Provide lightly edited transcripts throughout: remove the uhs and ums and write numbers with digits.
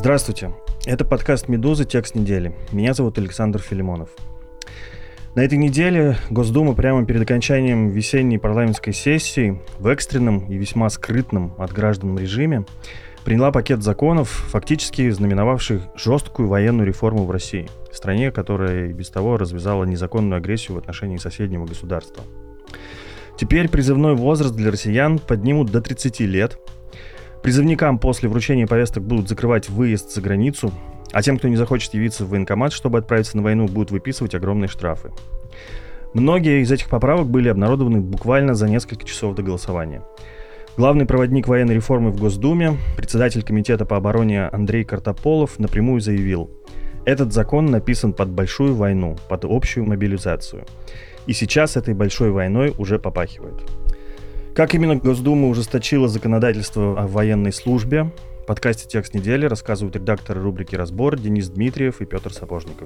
Здравствуйте, это подкаст «Медузы. Текст недели». Меня зовут Александр Филимонов. На этой неделе Госдума прямо перед окончанием весенней парламентской сессии в экстренном и весьма скрытном от граждан режиме приняла пакет законов, фактически знаменовавших жесткую военную реформу в России, стране, которая и без того развязала незаконную агрессию в отношении соседнего государства. Теперь призывной возраст для россиян поднимут до 30 лет. Призывникам после вручения повесток будут закрывать выезд за границу, а тем, кто не захочет явиться в военкомат, чтобы отправиться на войну, будут выписывать огромные штрафы. Многие из этих поправок были обнародованы буквально за несколько часов до голосования. Главный проводник военной реформы в Госдуме, председатель комитета по обороне Андрей Картополов напрямую заявил: этот закон написан под большую войну, под общую мобилизацию. И сейчас этой большой войной уже попахивает. Как именно Госдума ужесточила законодательство о военной службе, в подкасте «Текст недели» рассказывают редакторы рубрики «Разбор» Денис Дмитриев и Петр Сапожников.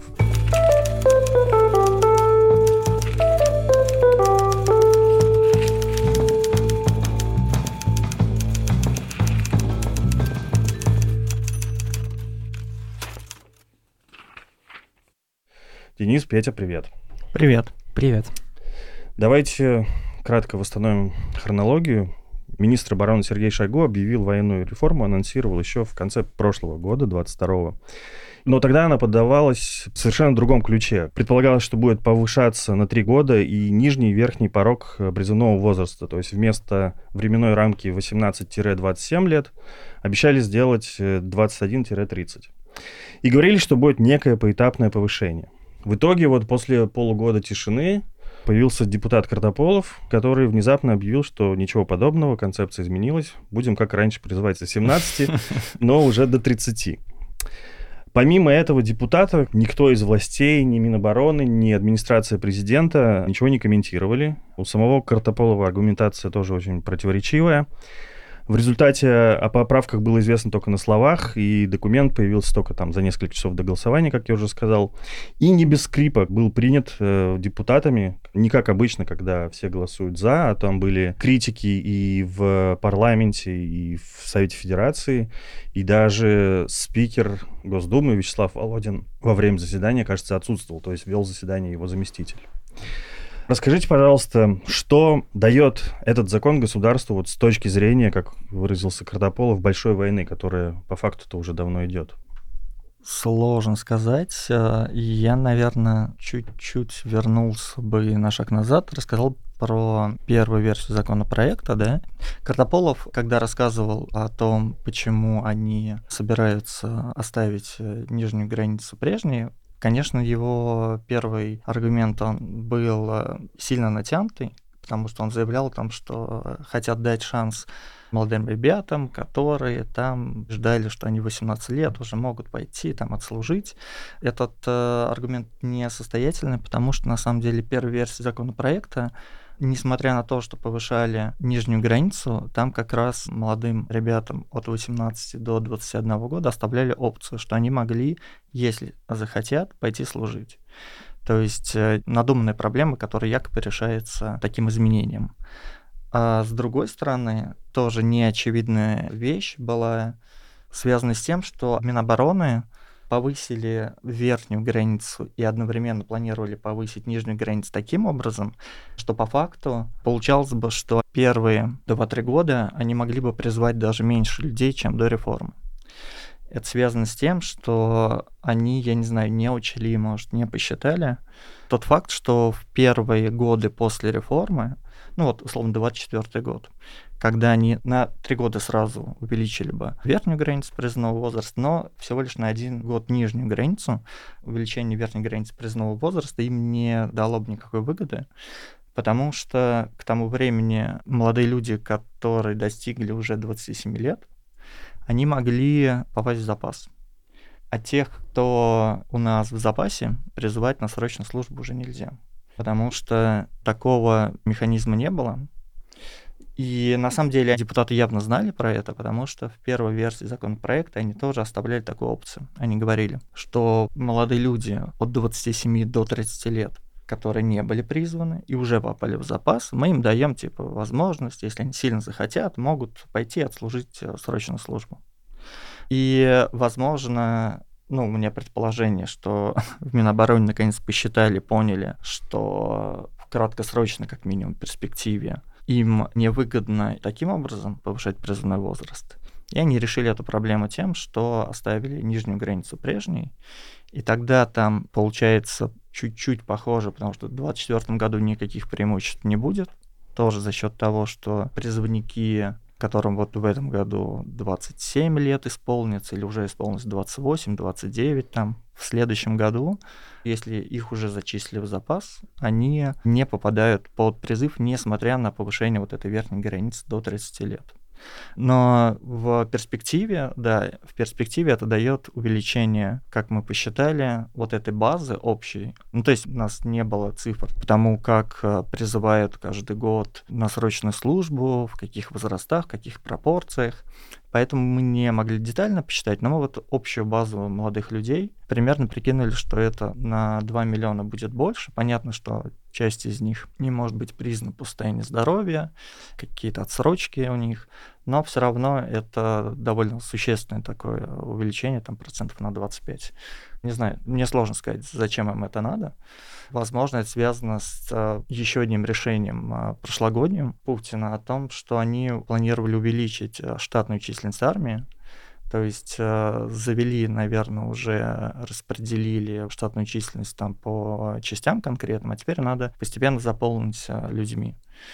Денис, Петя, привет. Привет. Привет. Давайте кратко восстановим хронологию. Министр обороны Сергей Шойгу объявил военную реформу, анонсировал еще в конце прошлого года, 22-го. Но тогда она подавалась в совершенно другом ключе. Предполагалось, что будет повышаться на 3 года и нижний и верхний порог призывного возраста. То есть вместо временной рамки 18-27 лет обещали сделать 21-30. И говорили, что будет некое поэтапное повышение. В итоге вот после полугода тишины появился депутат Картополов, который внезапно объявил, что ничего подобного, концепция изменилась. Будем, как раньше, призывать с 17, но уже до 30. Помимо этого депутата, никто из властей, ни Минобороны, ни администрация президента ничего не комментировали. У самого Картополова аргументация тоже очень противоречивая. В результате о поправках было известно только на словах, и документ появился только там за несколько часов до голосования, как я уже сказал. И не без скрипа был принят депутатами, не как обычно, когда все голосуют «за», а там были критики и в парламенте, и в Совете Федерации, и даже спикер Госдумы Вячеслав Володин во время заседания, кажется, отсутствовал, то есть вел заседание его заместитель. Расскажите, пожалуйста, что дает этот закон государству вот с точки зрения, как выразился Картополов, большой войны, которая по факту-то уже давно идет? Сложно сказать. Я, наверное, чуть-чуть вернулся бы на шаг назад, рассказал про первую версию законопроекта, да. Картополов, когда рассказывал о том, почему они собираются оставить нижнюю границу прежней, конечно, его первый аргумент, он был сильно натянутый, потому что он заявлял там, что хотят дать шанс молодым ребятам, которые там ждали, что они 18 лет уже могут пойти там отслужить. Этот аргумент несостоятельный, потому что на самом деле первая версия законопроекта, несмотря на то, что повышали нижнюю границу, там как раз молодым ребятам от 18 до 21 года оставляли опцию, что они могли, если захотят, пойти служить. То есть надуманная проблема, которая якобы решается таким изменением. А с другой стороны, тоже неочевидная вещь была связана с тем, что Минобороны повысили верхнюю границу и одновременно планировали повысить нижнюю границу таким образом, что по факту получалось бы, что первые 2-3 года они могли бы призвать даже меньше людей, чем до реформы. Это связано с тем, что они, я не знаю, не учли, может, не посчитали тот факт, что в первые годы после реформы, ну вот, условно, 24-й год, когда они на 3 года сразу увеличили бы верхнюю границу призывного возраста, но всего лишь на 1 год нижнюю границу, увеличение верхней границы призывного возраста им не дало бы никакой выгоды, потому что к тому времени молодые люди, которые достигли уже 27 лет, они могли попасть в запас. А тех, кто у нас в запасе, призывать на срочную службу уже нельзя, потому что такого механизма не было. И на самом деле депутаты явно знали про это, потому что в первой версии законопроекта они тоже оставляли такую опцию. Они говорили, что молодые люди от 27 до 30 лет, которые не были призваны и уже попали в запас, мы им даем возможность, если они сильно захотят, могут пойти отслужить срочную службу. И, возможно, у меня предположение, что в Минобороне наконец посчитали, поняли, что в краткосрочной, как минимум, перспективе им невыгодно таким образом повышать призывной возраст. И они решили эту проблему тем, что оставили нижнюю границу прежней. И тогда там получается чуть-чуть похоже, потому что в 2024 году никаких преимуществ не будет. Тоже за счет того, что призывники, которым вот в этом году 27 лет исполнится, или уже исполнилось 28, 29, там, в следующем году, если их уже зачислили в запас, они не попадают под призыв, несмотря на повышение вот этой верхней границы до 30 лет. Но в перспективе это дает увеличение, как мы посчитали, вот этой базы общей. То есть у нас не было цифр по тому, как призывают каждый год на срочную службу, в каких возрастах, в каких пропорциях. Поэтому мы не могли детально посчитать, но мы вот общую базу молодых людей примерно прикинули, что это на 2 миллиона будет больше. Понятно, что часть из них не может быть признана по состоянию здоровья, какие-то отсрочки у них, но все равно это довольно существенное такое увеличение, там процентов на 25. Не знаю, мне сложно сказать, зачем им это надо. Возможно, это связано с еще одним решением прошлогодним Путина о том, что они планировали увеличить штатную численность армии. То есть завели, наверное, уже распределили штатную численность там по частям конкретным, а теперь надо постепенно заполнить людьми.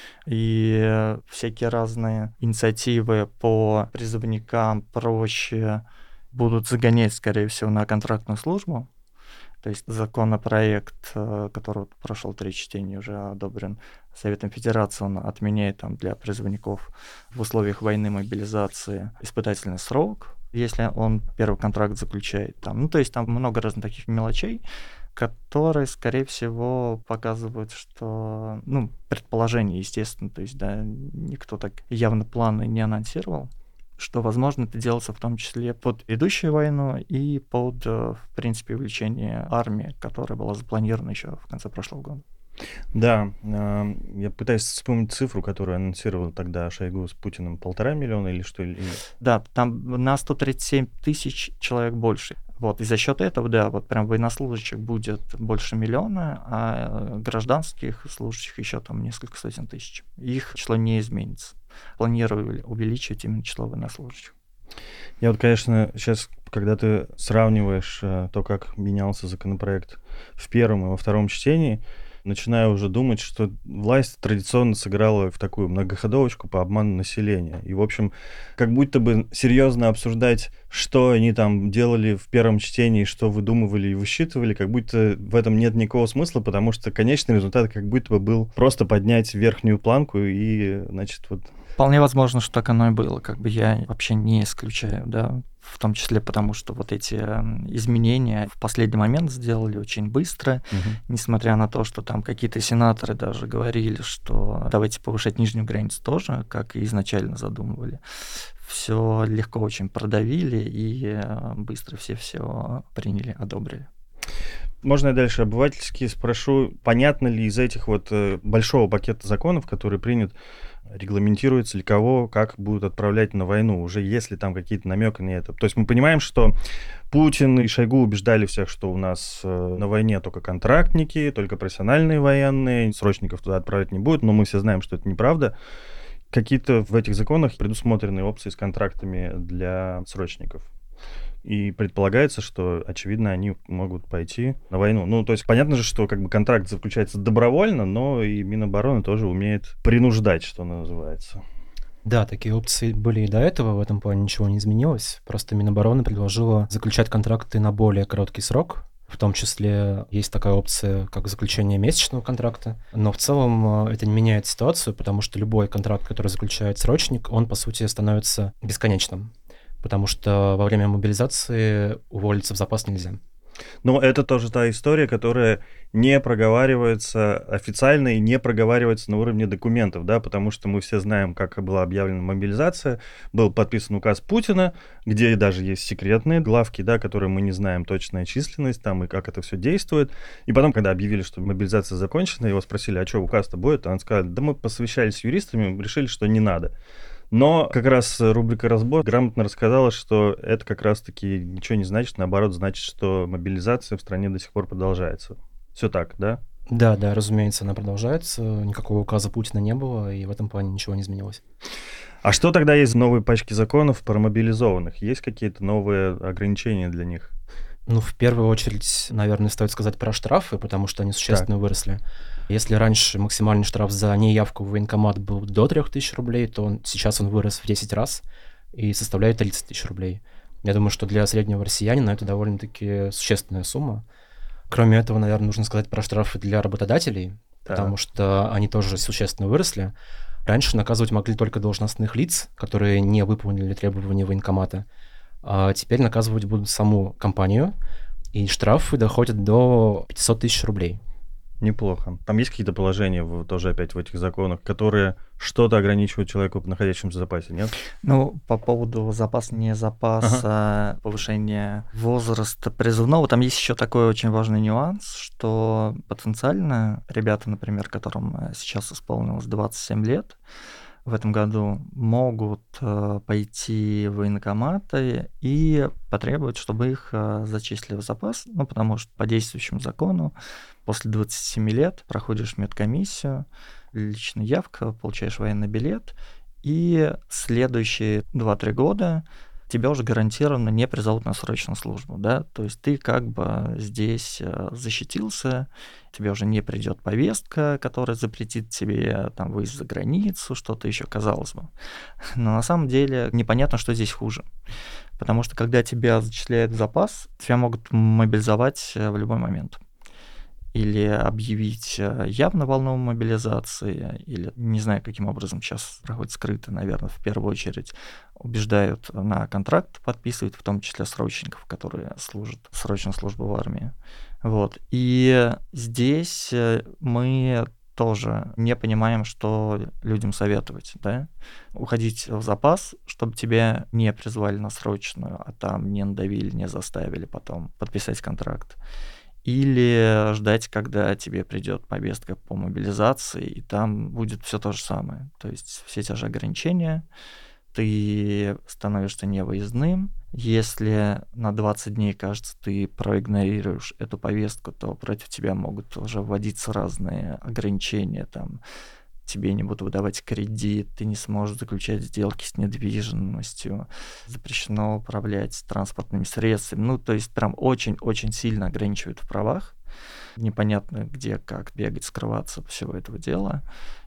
И всякие разные инициативы по призывникам проще будут загонять, скорее всего, на контрактную службу. То есть законопроект, который прошел 3 чтения, уже одобрен Советом Федерации, он отменяет там для призывников в условиях войны, мобилизации испытательный срок, если он первый контракт заключает. То есть там много разных таких мелочей, которые, скорее всего, показывают, что, предположение, естественно, то есть, никто так явно планы не анонсировал, что, возможно, это делается в том числе под идущую войну и под, в принципе, увеличение армии, которая была запланирована еще в конце прошлого года. Да, я пытаюсь вспомнить цифру, которую анонсировал тогда Шойгу с Путиным, 1,5 миллиона или что? Да, там на 137 тысяч человек больше. Вот, и за счет этого, вот прям военнослужащих будет больше миллиона, а гражданских служащих еще там несколько сотен тысяч. Их число не изменится. Планировали увеличить именно число военнослужащих. Я вот, конечно, сейчас, когда ты сравниваешь то, как менялся законопроект в первом и во втором чтении, начинаю уже думать, что власть традиционно сыграла в такую многоходовочку по обману населения. И, в общем, как будто бы серьезно обсуждать, что они там делали в первом чтении, что выдумывали и высчитывали, как будто в этом нет никакого смысла, потому что конечный результат как будто бы был просто поднять верхнюю планку и, значит, вот... Вполне возможно, что так оно и было. Я вообще не исключаю, в том числе потому, что вот эти изменения в последний момент сделали очень быстро, несмотря на то, что там какие-то сенаторы даже говорили, что давайте повышать нижнюю границу тоже, как и изначально задумывали. Все легко очень продавили и быстро все приняли, одобрили. Можно я дальше обывательски спрошу, понятно ли из этих вот большого пакета законов, который принят, регламентируется ли кого, как будут отправлять на войну, уже есть ли там какие-то намеки на это? То есть мы понимаем, что Путин и Шойгу убеждали всех, что у нас на войне только контрактники, только профессиональные военные, срочников туда отправлять не будет, но мы все знаем, что это неправда. Какие-то в этих законах предусмотрены опции с контрактами для срочников. И предполагается, что, очевидно, они могут пойти на войну. То есть понятно же, что контракт заключается добровольно, но и Минобороны тоже умеет принуждать, что называется. Да, такие опции были и до этого, в этом плане ничего не изменилось. Просто Минобороны предложила заключать контракты на более короткий срок. В том числе есть такая опция, как заключение месячного контракта. Но в целом это не меняет ситуацию, потому что любой контракт, который заключает срочник, он, по сути, становится бесконечным. Потому что во время мобилизации уволиться в запас нельзя. Но это тоже та история, которая не проговаривается официально и не проговаривается на уровне документов, потому что мы все знаем, как была объявлена мобилизация, был подписан указ Путина, где даже есть секретные главки, которые мы не знаем точная численность там и как это все действует. И потом, когда объявили, что мобилизация закончена, его спросили, а что указ-то будет, он сказал, да мы посовещались с юристами, решили, что не надо. Но как раз рубрика «Разбор» грамотно рассказала, что это как раз-таки ничего не значит, наоборот, значит, что мобилизация в стране до сих пор продолжается. Все так, да? Да, да, разумеется, она продолжается. Никакого указа Путина не было, и в этом плане ничего не изменилось. А что тогда есть в новой пачке законов про мобилизованных? Есть какие-то новые ограничения для них? Ну, в первую очередь, наверное, стоит сказать про штрафы, потому что они существенно выросли. Если раньше максимальный штраф за неявку в военкомат был до 3000 рублей, то сейчас он вырос в 10 раз и составляет 30 тысяч рублей. Я думаю, что для среднего россиянина это довольно-таки существенная сумма. Кроме этого, наверное, нужно сказать про штрафы для работодателей, потому что они тоже существенно выросли. Раньше наказывать могли только должностных лиц, которые не выполнили требования военкомата. А теперь наказывать будут саму компанию, и штрафы доходят до 500 тысяч рублей. Неплохо. Там есть какие-то положения тоже опять в этих законах, которые что-то ограничивают человеку, находящемуся в запасе, нет? Ну, по поводу не запаса, повышения возраста призывного, там есть еще такой очень важный нюанс, что потенциально ребята, например, которым сейчас исполнилось 27 лет, в этом году могут пойти в военкоматы и потребовать, чтобы их зачислили в запас, ну, потому что по действующему закону после 27 лет проходишь медкомиссию, личная явка, получаешь военный билет, и следующие 2-3 года тебя уже гарантированно не призовут на срочную службу, да, то есть ты как бы здесь защитился, тебе уже не придет повестка, которая запретит тебе там выезд за границу, что-то еще, казалось бы. Но на самом деле непонятно, что здесь хуже, потому что когда тебя зачисляют в запас, тебя могут мобилизовать в любой момент. Или объявить явно волну мобилизации, или не знаю, каким образом сейчас проходит скрыто, наверное, в первую очередь убеждают на контракт подписывать, в том числе срочников, которые служат срочную службу в армии. Вот. И здесь мы тоже не понимаем, что людям советовать, да? Уходить в запас, чтобы тебя не призвали на срочную, а там не надавили, не заставили потом подписать контракт. Или ждать, когда тебе придет повестка по мобилизации, и там будет все то же самое. То есть все те же ограничения, ты становишься невыездным. Если на 20 дней, кажется, ты проигнорируешь эту повестку, то против тебя могут уже вводиться разные ограничения, там, тебе не будут выдавать кредит, ты не сможешь заключать сделки с недвижимостью, запрещено управлять транспортными средствами. Ну, то есть прям очень-очень сильно ограничивают в правах. Непонятно, где, как бегать, скрываться всего этого дела.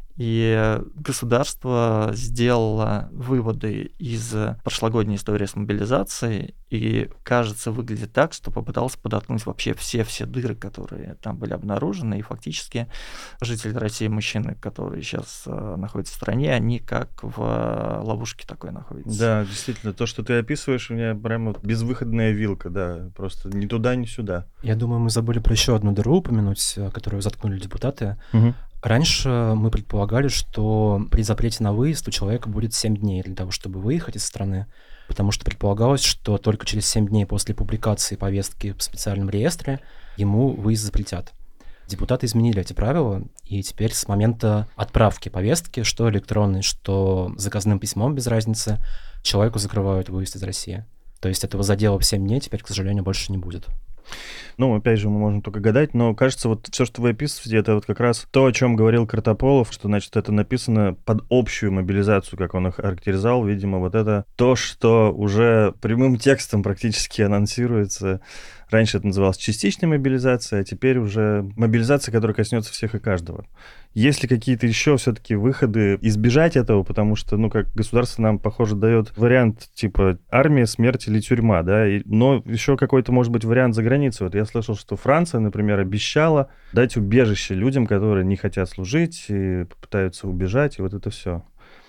И государство сделало выводы из прошлогодней истории с мобилизацией, и, кажется, выглядит так, что попытался подоткнуть вообще все дыры, которые там были обнаружены, и фактически жители России, мужчины, которые сейчас находятся в стране, они как в ловушке такой находятся. Да, действительно, то, что ты описываешь, у меня прямо безвыходная вилка, да, просто ни туда, ни сюда. Я думаю, мы забыли про еще одну дыру упомянуть, которую заткнули депутаты. Раньше мы предполагали, что при запрете на выезд у человека будет 7 дней для того, чтобы выехать из страны, потому что предполагалось, что только через 7 дней после публикации повестки в специальном реестре ему выезд запретят. Депутаты изменили эти правила, и теперь с момента отправки повестки, что электронной, что заказным письмом, без разницы, человеку закрывают выезд из России. То есть этого задела в 7 дней теперь, к сожалению, больше не будет. Ну, опять же, мы можем только гадать, но кажется, вот все, что вы описываете, это вот как раз то, о чем говорил Картополов, что, значит, это написано под общую мобилизацию, как он их характеризовал. Видимо, вот это то, что уже прямым текстом практически анонсируется. Раньше это называлось частичной мобилизацией, а теперь уже мобилизация, которая коснется всех и каждого. Есть ли какие-то еще все-таки выходы избежать этого, потому что, ну, как государство нам, похоже, дает вариант типа армия, смерть или тюрьма, да, но еще какой-то, может быть, вариант за границей. Вот я слышал, что Франция, например, обещала дать убежище людям, которые не хотят служить и пытаются убежать, и вот это все.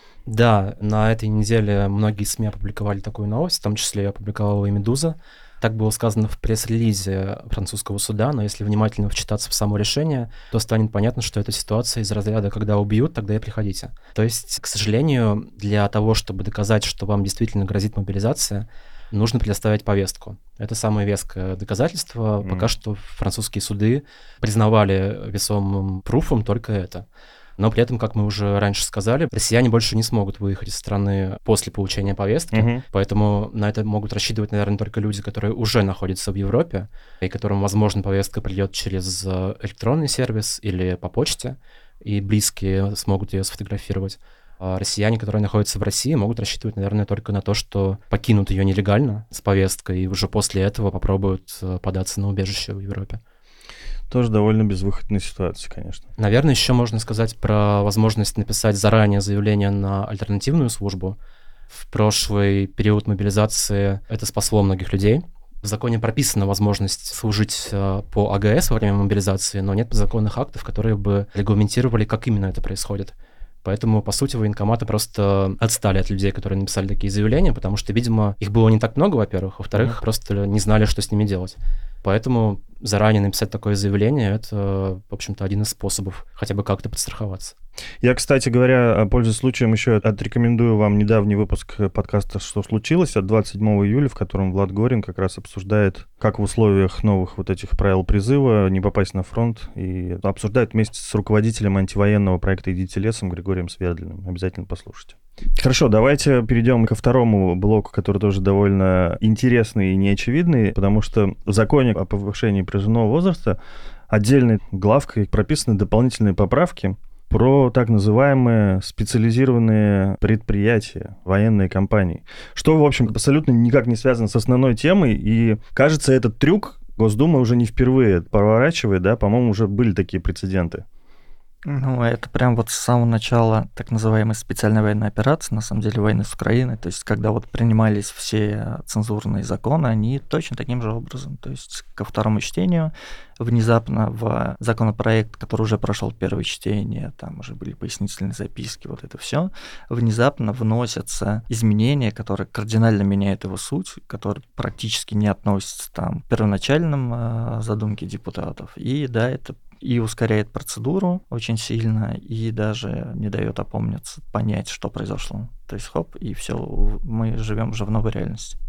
Да, на этой неделе многие СМИ опубликовали такую новость, в том числе опубликовала и «Медуза». Так было сказано в пресс-релизе французского суда, но если внимательно вчитаться в само решение, то станет понятно, что эта ситуация из разряда «когда убьют, тогда и приходите». То есть, к сожалению, для того, чтобы доказать, что вам действительно грозит мобилизация, нужно предоставить повестку. Это самое веское доказательство. Пока что французские суды признавали весомым пруфом только это. Но при этом, как мы уже раньше сказали, россияне больше не смогут выехать из страны после получения повестки, поэтому на это могут рассчитывать, наверное, только люди, которые уже находятся в Европе, и которым, возможно, повестка придет через электронный сервис или по почте, и близкие смогут ее сфотографировать. А россияне, которые находятся в России, могут рассчитывать, наверное, только на то, что покинут ее нелегально с повесткой, и уже после этого попробуют податься на убежище в Европе. Тоже довольно безвыходная ситуация, конечно. Наверное, еще можно сказать про возможность написать заранее заявление на альтернативную службу. В прошлый период мобилизации это спасло многих людей. В законе прописана возможность служить по АГС во время мобилизации, но нет подзаконных актов, которые бы регламентировали, как именно это происходит. Поэтому, по сути, военкоматы просто отстали от людей, которые написали такие заявления, потому что, видимо, их было не так много, во-первых, во-вторых, просто не знали, что с ними делать. Поэтому заранее написать такое заявление — это, в общем-то, один из способов хотя бы как-то подстраховаться. Я, кстати говоря, пользуясь случаем, еще отрекомендую вам недавний выпуск подкаста «Что случилось» от 27 июля, в котором Влад Горин как раз обсуждает, как в условиях новых вот этих правил призыва не попасть на фронт, и обсуждает вместе с руководителем антивоенного проекта «Идите лесом» Григорием Свердлиным. Обязательно послушайте. Хорошо, давайте перейдем ко второму блоку, который тоже довольно интересный и неочевидный, потому что в законе о повышении призывного возраста отдельной главкой прописаны дополнительные поправки про так называемые специализированные предприятия, военные компании, что, в общем, абсолютно никак не связано с основной темой, и, кажется, этот трюк Госдума уже не впервые проворачивает, да, по-моему, уже были такие прецеденты. Ну, это прям вот с самого начала так называемой специальной военной операции, на самом деле войны с Украиной, то есть когда вот принимались все цензурные законы, они точно таким же образом, то есть ко второму чтению внезапно в законопроект, который уже прошел первое чтение, там уже были пояснительные записки, вот это все, внезапно вносятся изменения, которые кардинально меняют его суть, которые практически не относятся там, к первоначальным задумке депутатов, и да, это и ускоряет процедуру очень сильно, и даже не дает опомниться, понять, что произошло. То есть хоп, и все, мы живем уже в новой реальности.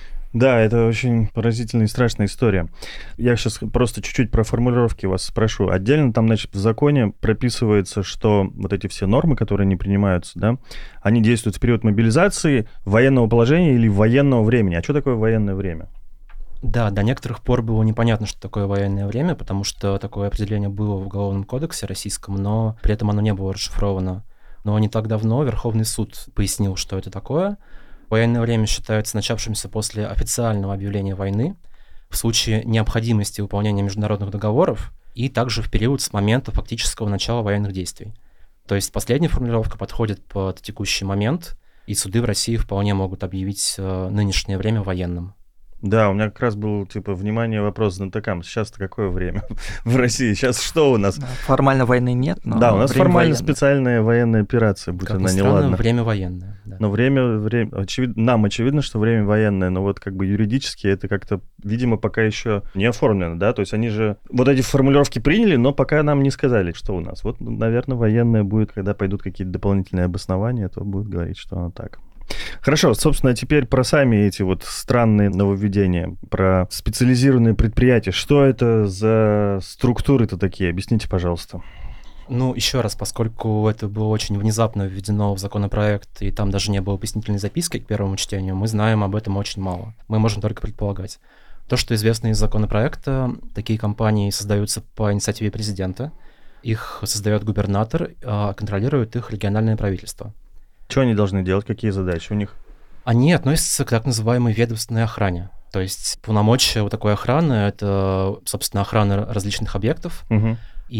Да, это очень поразительная и страшная история. Я сейчас просто чуть-чуть про формулировки вас спрошу. Отдельно там, значит, в законе прописывается, что вот эти все нормы, которые не принимаются, да, они действуют в период мобилизации, военного положения или военного времени. А что такое военное время? Да, до некоторых пор было непонятно, что такое военное время, потому что такое определение было в Уголовном кодексе российском, но при этом оно не было расшифровано. Но не так давно Верховный суд пояснил, что это такое. Военное время считается начавшимся после официального объявления войны, в случае необходимости выполнения международных договоров и также в период с момента фактического начала военных действий. То есть последняя формулировка подходит под текущий момент, и суды в России вполне могут объявить нынешнее время военным. Да, у меня как раз был, типа, внимание, вопрос знатокам. Сейчас-то какое время в России? Сейчас что у нас? Формально войны нет, но да, у нас формально военное. Специальная военная операция, будь Как она ни странно, неладна. время военное. Да. Но время очевидно, нам очевидно, что время военное, но вот как бы юридически это как-то, видимо, пока еще не оформлено, да? То есть они же вот эти формулировки приняли, но пока нам не сказали, что у нас. Вот, наверное, военное будет, когда пойдут какие-то дополнительные обоснования, то будут говорить, что оно так. Хорошо, собственно, теперь про сами эти вот странные нововведения, про специализированные предприятия. Что это за структуры-то такие? Объясните, пожалуйста. Ну, еще раз, поскольку это было очень внезапно введено в законопроект, и там даже не было пояснительной записки к первому чтению, мы знаем об этом очень мало. Мы можем только предполагать. То, что известно из законопроекта, такие компании создаются по инициативе президента, их создает губернатор, а контролирует их региональное правительство. Что они должны делать? Какие задачи у них? Они относятся к так называемой ведомственной охране. То есть полномочия у такой охраны — это, собственно, охрана различных объектов. Угу.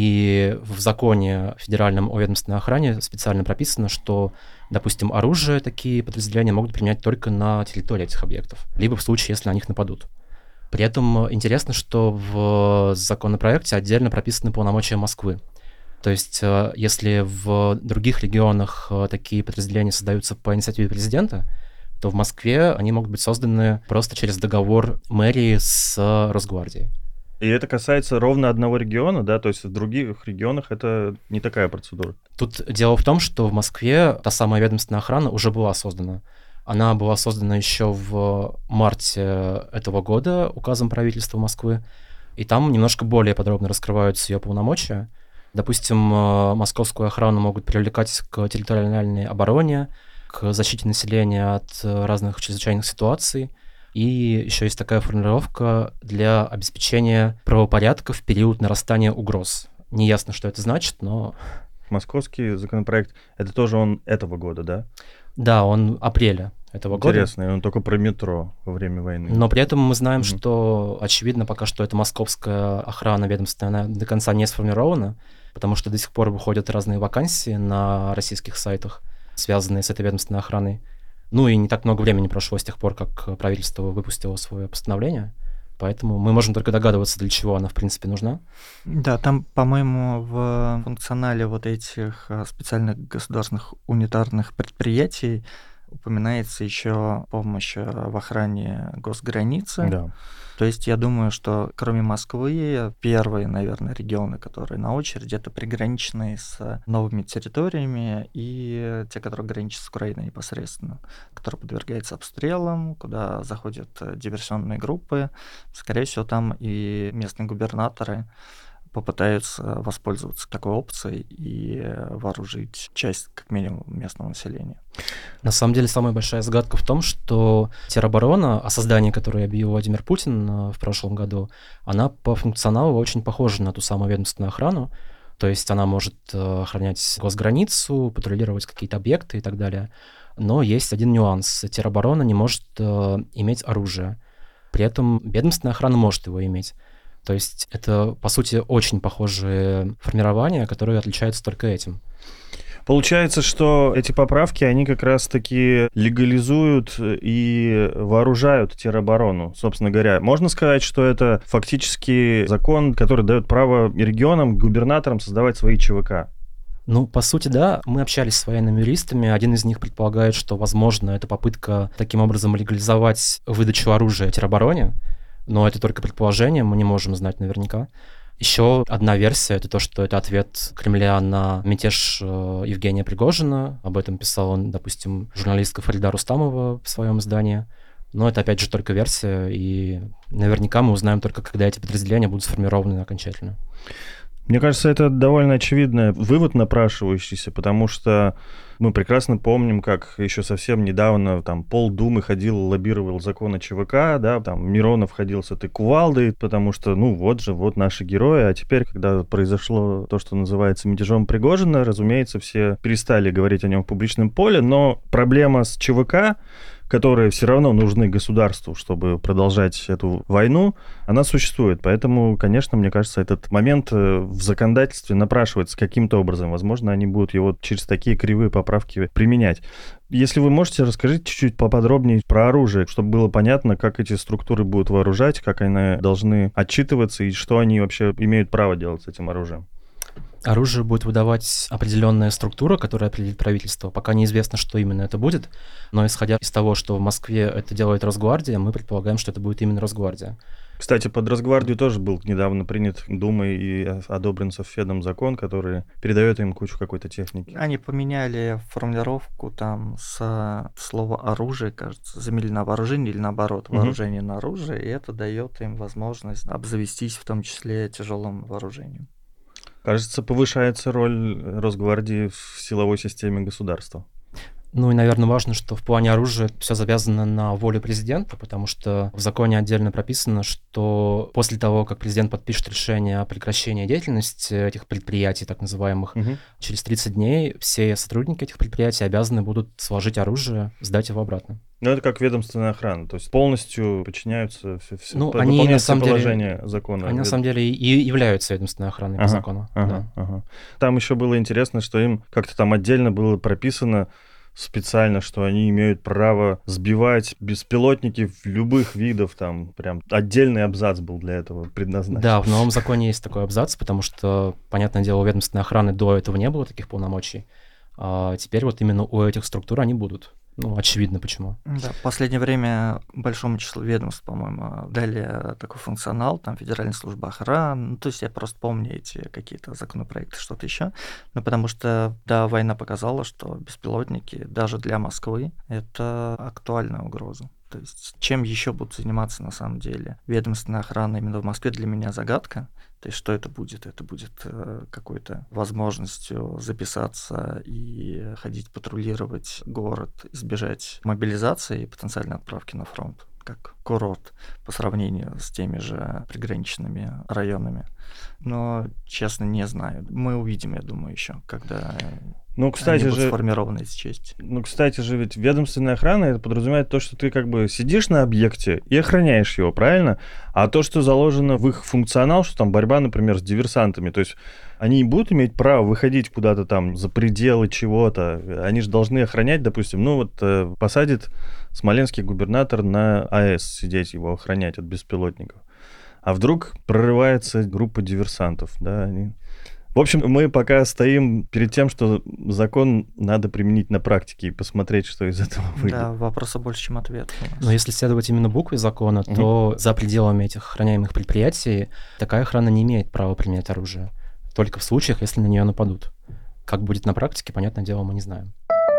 И в законе федеральном о ведомственной охране специально прописано, что, допустим, оружие такие подразделения могут применять только на территории этих объектов, либо в случае, если на них нападут. При этом интересно, что в законопроекте отдельно прописаны полномочия Москвы. То есть, если в других регионах такие подразделения создаются по инициативе президента, то в Москве они могут быть созданы просто через договор мэрии с Росгвардией. И это касается ровно одного региона, да? То есть в других регионах это не такая процедура? Тут дело в том, что в Москве та самая ведомственная охрана уже была создана. Она была создана еще в марте этого года указом правительства Москвы, и там немножко более подробно раскрываются ее полномочия. Допустим, московскую охрану могут привлекать к территориальной обороне, к защите населения от разных чрезвычайных ситуаций. И еще есть такая формулировка для обеспечения правопорядка в период нарастания угроз. Неясно, что это значит, но... Московский законопроект, это тоже он этого года, да? Да, он апреля этого года. Интересно, и он только про метро во время войны. Но при этом мы знаем, что, очевидно, пока что эта московская охрана ведомственная, она до конца не сформирована, потому что до сих пор выходят разные вакансии на российских сайтах, связанные с этой ведомственной охраной. Ну и не так много времени прошло с тех пор, как правительство выпустило свое постановление. Поэтому мы можем только догадываться, для чего она, в принципе, нужна. Да, там, по-моему, в функционале вот этих специальных государственных унитарных предприятий упоминается еще помощь в охране госграницы. Да. То есть я думаю, что кроме Москвы, первые, наверное, регионы, которые на очереди, это приграничные с новыми территориями и те, которые граничат с Украиной непосредственно, которые подвергаются обстрелам, куда заходят диверсионные группы. Скорее всего, там и местные губернаторы попытаются воспользоваться такой опцией и вооружить часть, как минимум, местного населения. На самом деле, самая большая загадка в том, что тероборона, о создании которой объявил Владимир Путин в прошлом году, она по функционалу очень похожа на ту самую ведомственную охрану. То есть она может охранять госграницу, патрулировать какие-то объекты и так далее. Но есть один нюанс. Тероборона не может иметь оружие. При этом ведомственная охрана может его иметь. То есть это, по сути, очень похожие формирования, которые отличаются только этим. Получается, что эти поправки, они как раз-таки легализуют и вооружают тероборону, собственно говоря. Можно сказать, что это фактически закон, который дает право регионам, губернаторам создавать свои ЧВК. Ну, по сути, да. Мы общались с военными юристами. Один из них предполагает, что, возможно, это попытка таким образом легализовать выдачу оружия теробороне. Но это только предположение, мы не можем знать наверняка. Еще одна версия — это то, что это ответ Кремля на мятеж Евгения Пригожина. Об этом писал он, допустим, журналистка Фарида Рустамова в своем издании. Но это, опять же, только версия, и наверняка мы узнаем только, когда эти подразделения будут сформированы окончательно. Мне кажется, это довольно очевидный вывод напрашивающийся, потому что мы прекрасно помним, как еще совсем недавно там полдумы ходил, лоббировал закон о ЧВК, да, там Миронов ходил с этой кувалдой, потому что, ну вот же, вот наши герои, а теперь, когда произошло то, что называется мятежом Пригожина, разумеется, все перестали говорить о нем в публичном поле, но проблема с ЧВК, которые все равно нужны государству, чтобы продолжать эту войну, она существует. Поэтому, конечно, мне кажется, этот момент в законодательстве напрашивается каким-то образом. Возможно, они будут его через такие кривые поправки применять. Если вы можете, расскажите чуть-чуть поподробнее про оружие, чтобы было понятно, как эти структуры будут вооружать, как они должны отчитываться и что они вообще имеют право делать с этим оружием. Оружие будет выдавать определенная структура, которая определит правительство. Пока неизвестно, что именно это будет, но исходя из того, что в Москве это делает Росгвардия, мы предполагаем, что это будет именно Росгвардия. Кстати, под Росгвардию тоже был недавно принят Думой и одобрен Совфедом закон, который передает им кучу какой-то техники. Они поменяли формулировку там с слова «оружие», кажется, заменили на «вооружение» или наоборот, «вооружение на оружие», и это дает им возможность обзавестись в том числе тяжелым вооружением. Кажется, повышается роль Росгвардии в силовой системе государства. Ну и, наверное, важно, что в плане оружия все завязано на воле президента, потому что в законе отдельно прописано, что после того, как президент подпишет решение о прекращении деятельности этих предприятий, так называемых, через 30 дней все сотрудники этих предприятий обязаны будут сложить оружие, сдать его обратно. Ну, это как ведомственная охрана, то есть полностью подчиняются все они на самом положения деле, закона. Они на самом деле и являются ведомственной охраной по закону. Да. Там еще было интересно, что им как-то там отдельно было прописано специально, что они имеют право сбивать беспилотники любых видов, там прям отдельный абзац был для этого предназначен. Да, в новом законе есть такой абзац, потому что, понятное дело, у ведомственной охраны до этого не было таких полномочий, а теперь вот именно у этих структур они будут. Ну, очевидно, почему. Да, в последнее время большому числу ведомств, по-моему, дали такой функционал, там Федеральная служба охраны, ну, то есть я просто помню эти какие-то законопроекты, что-то еще, ну, потому что, да, война показала, что беспилотники даже для Москвы — это актуальная угроза. То есть чем еще будут заниматься на самом деле? Ведомственная охрана именно в Москве для меня загадка. То есть что это будет? Это будет какой-то возможностью записаться и ходить патрулировать город, избежать мобилизации и потенциальной отправки на фронт, как курорт по сравнению с теми же приграничными районами. Но, честно, не знаю. Мы увидим, я думаю, еще, когда кстати, они будут сформированы эти части. Кстати же, ведь ведомственная охрана, это подразумевает то, что ты как бы сидишь на объекте и охраняешь его, правильно? А то, что заложено в их функционал, что там борьба, например, с диверсантами, то есть они будут иметь право выходить куда-то там за пределы чего-то, они же должны охранять, допустим, посадит смоленский губернатор на АЭС сидеть, его охранять от беспилотников. А вдруг прорывается группа диверсантов, да, В общем, мы пока стоим перед тем, что закон надо применить на практике и посмотреть, что из этого выйдет. Да, вопроса больше, чем ответ. Но если следовать именно букве закона, то за пределами этих охраняемых предприятий такая охрана не имеет права применять оружие. Только в случаях, если на нее нападут. Как будет на практике, понятное дело, мы не знаем.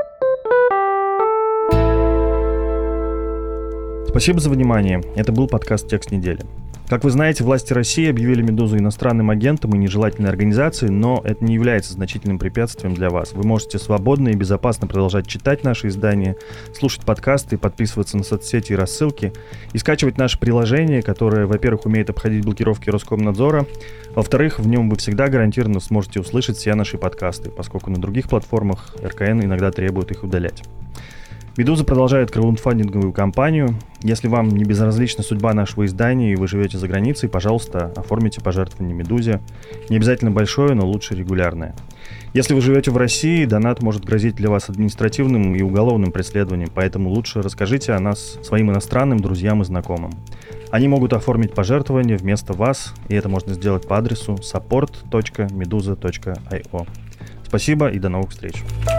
Спасибо за внимание. Это был подкаст «Текст недели». Как вы знаете, власти России объявили «Медузу» иностранным агентом и нежелательной организацией, но это не является значительным препятствием для вас. Вы можете свободно и безопасно продолжать читать наши издания, слушать подкасты, подписываться на соцсети и рассылки, и скачивать наше приложение, которое, во-первых, умеет обходить блокировки Роскомнадзора, во-вторых, в нем вы всегда гарантированно сможете услышать все наши подкасты, поскольку на других платформах РКН иногда требует их удалять. «Медуза» продолжает краундфандинговую кампанию. Если вам не безразлична судьба нашего издания и вы живете за границей, пожалуйста, оформите пожертвование «Медузе». Не обязательно большое, но лучше регулярное. Если вы живете в России, донат может грозить для вас административным и уголовным преследованием, поэтому лучше расскажите о нас своим иностранным друзьям и знакомым. Они могут оформить пожертвование вместо вас, и это можно сделать по адресу support.meduza.io. Спасибо и до новых встреч.